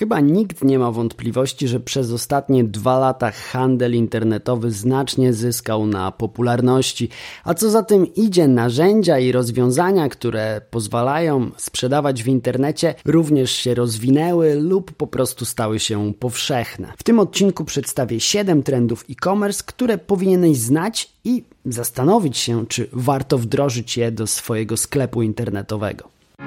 Chyba nikt nie ma wątpliwości, że przez ostatnie 2 lata handel internetowy znacznie zyskał na popularności, a co za tym idzie, narzędzia i rozwiązania, które pozwalają sprzedawać w internecie, również się rozwinęły lub po prostu stały się powszechne. W tym odcinku przedstawię 7 trendów e-commerce, które powinieneś znać i zastanowić się, czy warto wdrożyć je do swojego sklepu internetowego.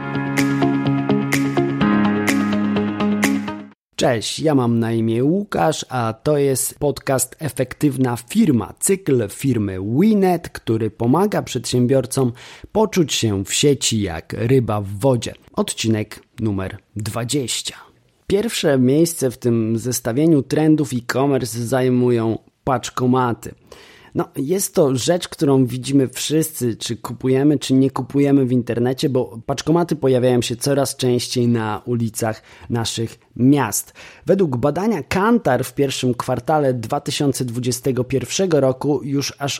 Cześć, ja mam na imię Łukasz, a to jest podcast Efektywna Firma, cykl firmy Winnet, który pomaga przedsiębiorcom poczuć się w sieci jak ryba w wodzie. Odcinek numer 20. Pierwsze miejsce w tym zestawieniu trendów e-commerce zajmują paczkomaty. Jest to rzecz, którą widzimy wszyscy, czy kupujemy, czy nie kupujemy w internecie, bo paczkomaty pojawiają się coraz częściej na ulicach naszych miast. Według badania Kantar w pierwszym kwartale 2021 roku już aż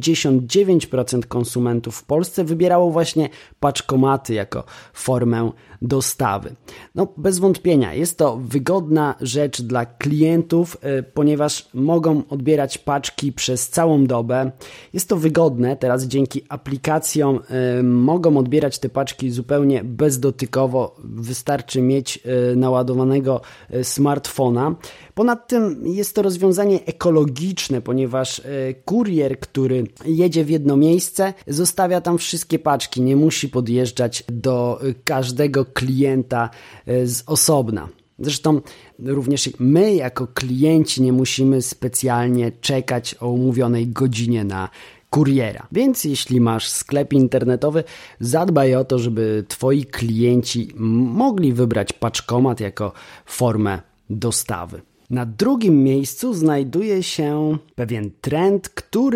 89% konsumentów w Polsce wybierało właśnie paczkomaty jako formę dostawy. Bez wątpienia jest to wygodna rzecz dla klientów, ponieważ mogą odbierać paczki przez całą dobę. Jest to wygodne, teraz dzięki aplikacjom mogą odbierać te paczki zupełnie bezdotykowo, wystarczy mieć naładowanego smartfona. Ponadto jest to rozwiązanie ekologiczne, ponieważ kurier, który jedzie w jedno miejsce, zostawia tam wszystkie paczki, nie musi podjeżdżać do każdego klienta z osobna. Zresztą również my jako klienci nie musimy specjalnie czekać o umówionej godzinie na kuriera. Więc jeśli masz sklep internetowy, zadbaj o to, żeby twoi klienci mogli wybrać paczkomat jako formę dostawy. Na drugim miejscu znajduje się pewien trend,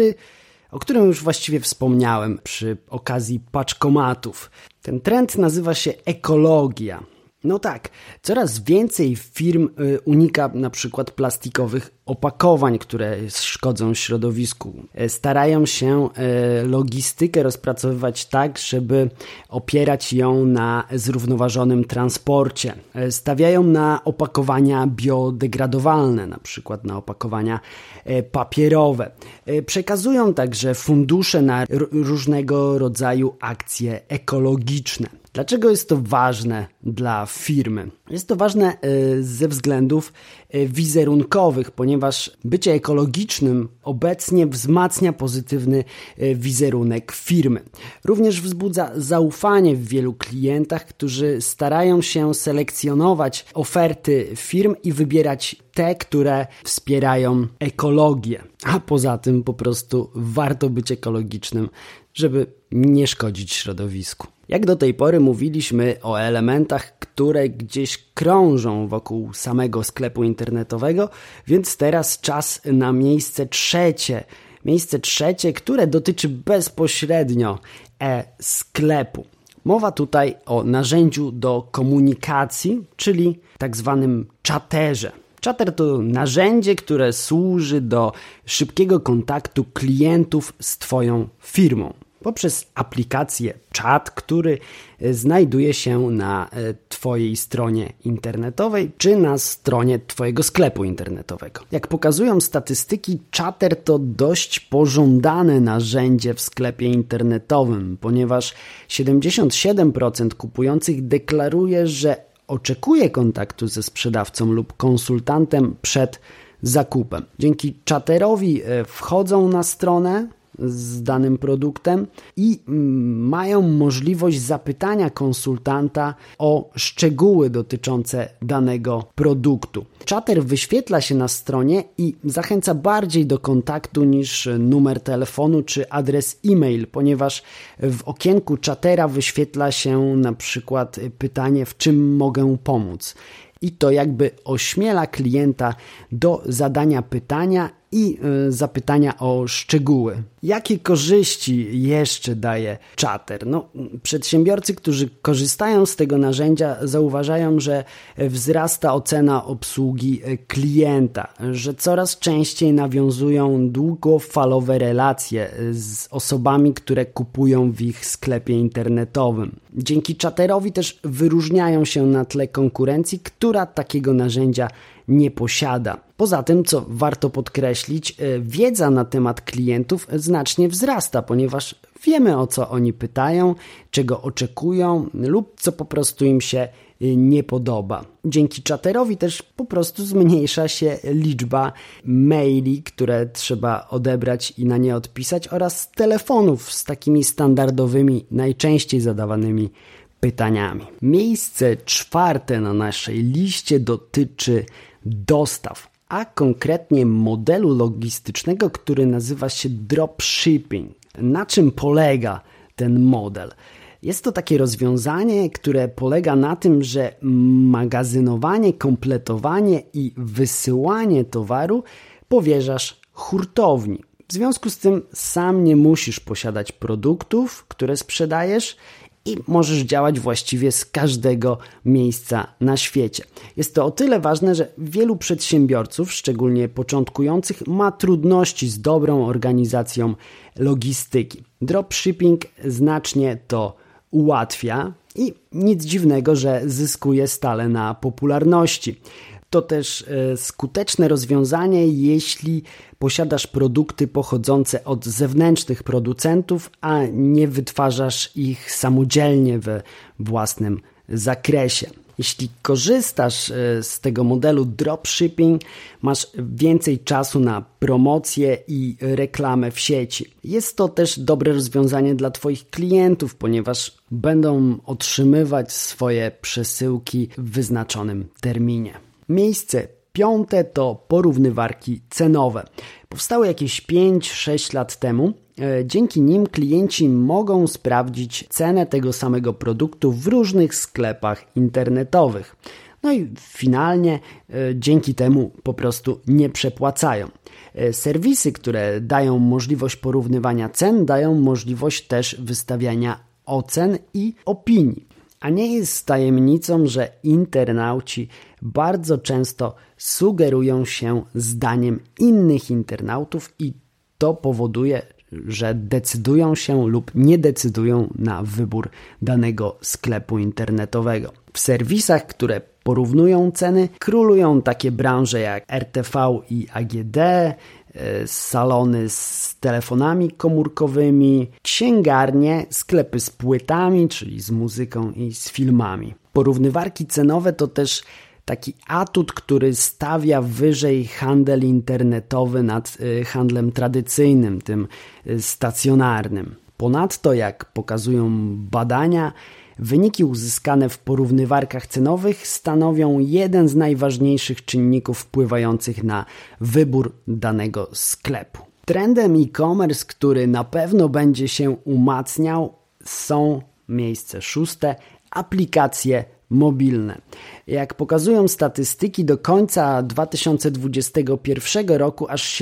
o którym już właściwie wspomniałem przy okazji paczkomatów. Ten trend nazywa się ekologia. Coraz więcej firm unika na przykład plastikowych opakowań, które szkodzą środowisku. Starają się logistykę rozpracowywać tak, żeby opierać ją na zrównoważonym transporcie. Stawiają na opakowania biodegradowalne, na przykład na opakowania papierowe. Przekazują także fundusze na różnego rodzaju akcje ekologiczne. Dlaczego jest to ważne dla firmy? Jest to ważne ze względów wizerunkowych, ponieważ bycie ekologicznym obecnie wzmacnia pozytywny wizerunek firmy. Również wzbudza zaufanie w wielu klientach, którzy starają się selekcjonować oferty firm i wybierać te, które wspierają ekologię. A poza tym po prostu warto być ekologicznym, żeby nie szkodzić środowisku. Jak do tej pory mówiliśmy o elementach, które gdzieś krążą wokół samego sklepu internetowego, więc teraz czas na miejsce trzecie. Miejsce trzecie, które dotyczy bezpośrednio sklepu. Mowa tutaj o narzędziu do komunikacji, czyli tak zwanym czaterze. Czater to narzędzie, które służy do szybkiego kontaktu klientów z twoją firmą. Poprzez aplikację czat, który znajduje się na twojej stronie internetowej czy na stronie twojego sklepu internetowego. Jak pokazują statystyki, Czater to dość pożądane narzędzie w sklepie internetowym, ponieważ 77% kupujących deklaruje, że oczekuje kontaktu ze sprzedawcą lub konsultantem przed zakupem. Dzięki Czaterowi wchodzą na stronę z danym produktem i mają możliwość zapytania konsultanta o szczegóły dotyczące danego produktu. Czater wyświetla się na stronie i zachęca bardziej do kontaktu niż numer telefonu czy adres e-mail, ponieważ w okienku Czatera wyświetla się na przykład pytanie, w czym mogę pomóc. I to jakby ośmiela klienta do zadania pytania i zapytania o szczegóły. Jakie korzyści jeszcze daje Chatter? Przedsiębiorcy, którzy korzystają z tego narzędzia, zauważają, że wzrasta ocena obsługi klienta, że coraz częściej nawiązują długofalowe relacje z osobami, które kupują w ich sklepie internetowym. Dzięki Chatterowi też wyróżniają się na tle konkurencji, która takiego narzędzia nie posiada. Poza tym, co warto podkreślić, wiedza na temat klientów znacznie wzrasta, ponieważ wiemy, o co oni pytają, czego oczekują lub co po prostu im się nie podoba. Dzięki Chatterowi też po prostu zmniejsza się liczba maili, które trzeba odebrać i na nie odpisać, oraz telefonów z takimi standardowymi, najczęściej zadawanymi pytaniami. Miejsce 4 na naszej liście dotyczy dostaw, a konkretnie modelu logistycznego, który nazywa się dropshipping. Na czym polega ten model? Jest to takie rozwiązanie, które polega na tym, że magazynowanie, kompletowanie i wysyłanie towaru powierzasz hurtowni. W związku z tym sam nie musisz posiadać produktów, które sprzedajesz, i możesz działać właściwie z każdego miejsca na świecie. Jest to o tyle ważne, że wielu przedsiębiorców, szczególnie początkujących, ma trudności z dobrą organizacją logistyki. Dropshipping znacznie to ułatwia i nic dziwnego, że zyskuje stale na popularności. To też skuteczne rozwiązanie, jeśli posiadasz produkty pochodzące od zewnętrznych producentów, a nie wytwarzasz ich samodzielnie we własnym zakresie. Jeśli korzystasz z tego modelu dropshipping, masz więcej czasu na promocję i reklamę w sieci. Jest to też dobre rozwiązanie dla Twoich klientów, ponieważ będą otrzymywać swoje przesyłki w wyznaczonym terminie. Miejsce 5 to porównywarki cenowe. Powstały jakieś 5-6 lat temu. Dzięki nim klienci mogą sprawdzić cenę tego samego produktu w różnych sklepach internetowych. No i finalnie dzięki temu po prostu nie przepłacają. Serwisy, które dają możliwość porównywania cen, dają możliwość też wystawiania ocen i opinii. A nie jest tajemnicą, że internauci bardzo często sugerują się zdaniem innych internautów i to powoduje, że decydują się lub nie decydują na wybór danego sklepu internetowego. W serwisach, które porównują ceny, królują takie branże jak RTV i AGD, salony z telefonami komórkowymi, księgarnie, sklepy z płytami, czyli z muzyką i z filmami. Porównywarki cenowe to też taki atut, który stawia wyżej handel internetowy nad handlem tradycyjnym, tym stacjonarnym. Ponadto, jak pokazują badania, wyniki uzyskane w porównywarkach cenowych stanowią jeden z najważniejszych czynników wpływających na wybór danego sklepu. Trendem e-commerce, który na pewno będzie się umacniał, są miejsce 6, aplikacje mobilne. Jak pokazują statystyki, do końca 2021 roku aż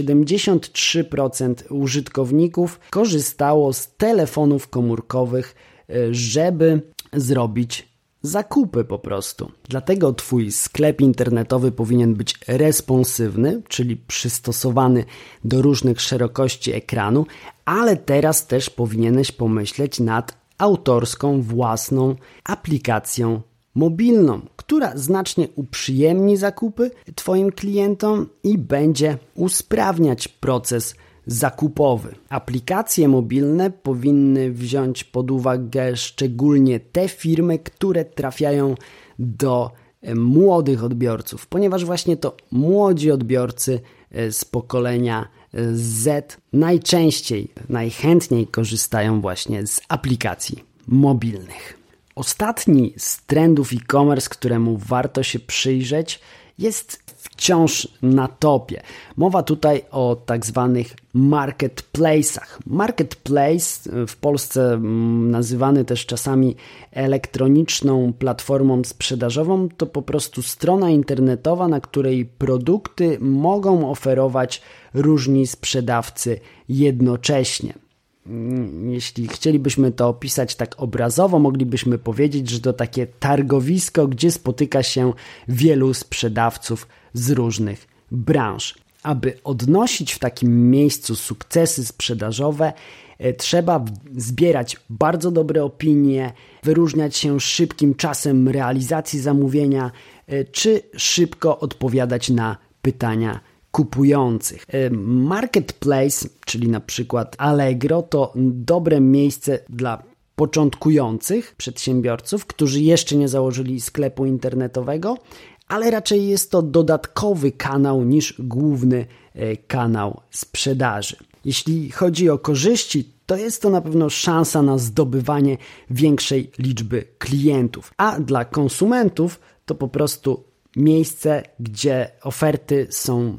73% użytkowników korzystało z telefonów komórkowych, żeby zrobić zakupy po prostu. Dlatego Twój sklep internetowy powinien być responsywny, czyli przystosowany do różnych szerokości ekranu, ale teraz też powinieneś pomyśleć nad autorską, własną aplikacją mobilną, która znacznie uprzyjemni zakupy Twoim klientom i będzie usprawniać proces zakupowy. Aplikacje mobilne powinny wziąć pod uwagę szczególnie te firmy, które trafiają do młodych odbiorców, ponieważ właśnie to młodzi odbiorcy z pokolenia Z najchętniej korzystają właśnie z aplikacji mobilnych. Ostatni z trendów e-commerce, któremu warto się przyjrzeć, jest wciąż na topie. Mowa tutaj o tak zwanych marketplace'ach. Marketplace, w Polsce nazywany też czasami elektroniczną platformą sprzedażową, to po prostu strona internetowa, na której produkty mogą oferować różni sprzedawcy jednocześnie. Jeśli chcielibyśmy to opisać tak obrazowo, moglibyśmy powiedzieć, że to takie targowisko, gdzie spotyka się wielu sprzedawców z różnych branż. Aby odnosić w takim miejscu sukcesy sprzedażowe, trzeba zbierać bardzo dobre opinie, wyróżniać się szybkim czasem realizacji zamówienia, czy szybko odpowiadać na pytania kupujących. Marketplace, czyli na przykład Allegro, to dobre miejsce dla początkujących przedsiębiorców, którzy jeszcze nie założyli sklepu internetowego, ale raczej jest to dodatkowy kanał niż główny kanał sprzedaży. Jeśli chodzi o korzyści, to jest to na pewno szansa na zdobywanie większej liczby klientów, a dla konsumentów to po prostu miejsce, gdzie oferty są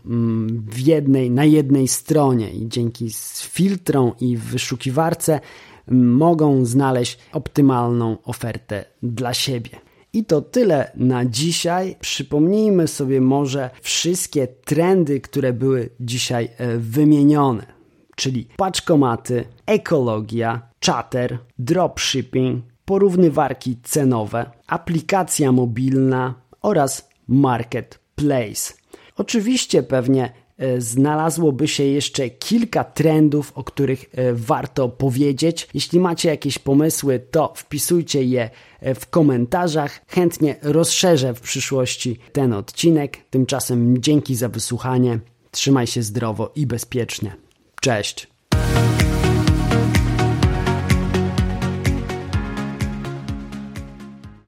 na jednej stronie i dzięki filtrom i wyszukiwarce mogą znaleźć optymalną ofertę dla siebie. I to tyle na dzisiaj. Przypomnijmy sobie może wszystkie trendy, które były dzisiaj wymienione, czyli paczkomaty, ekologia, chatter, dropshipping, porównywarki cenowe, aplikacja mobilna oraz marketplace. Oczywiście pewnie znalazłoby się jeszcze kilka trendów, o których warto powiedzieć. Jeśli macie jakieś pomysły, to wpisujcie je w komentarzach. Chętnie rozszerzę w przyszłości ten odcinek. Tymczasem dzięki za wysłuchanie. Trzymaj się zdrowo i bezpiecznie. Cześć!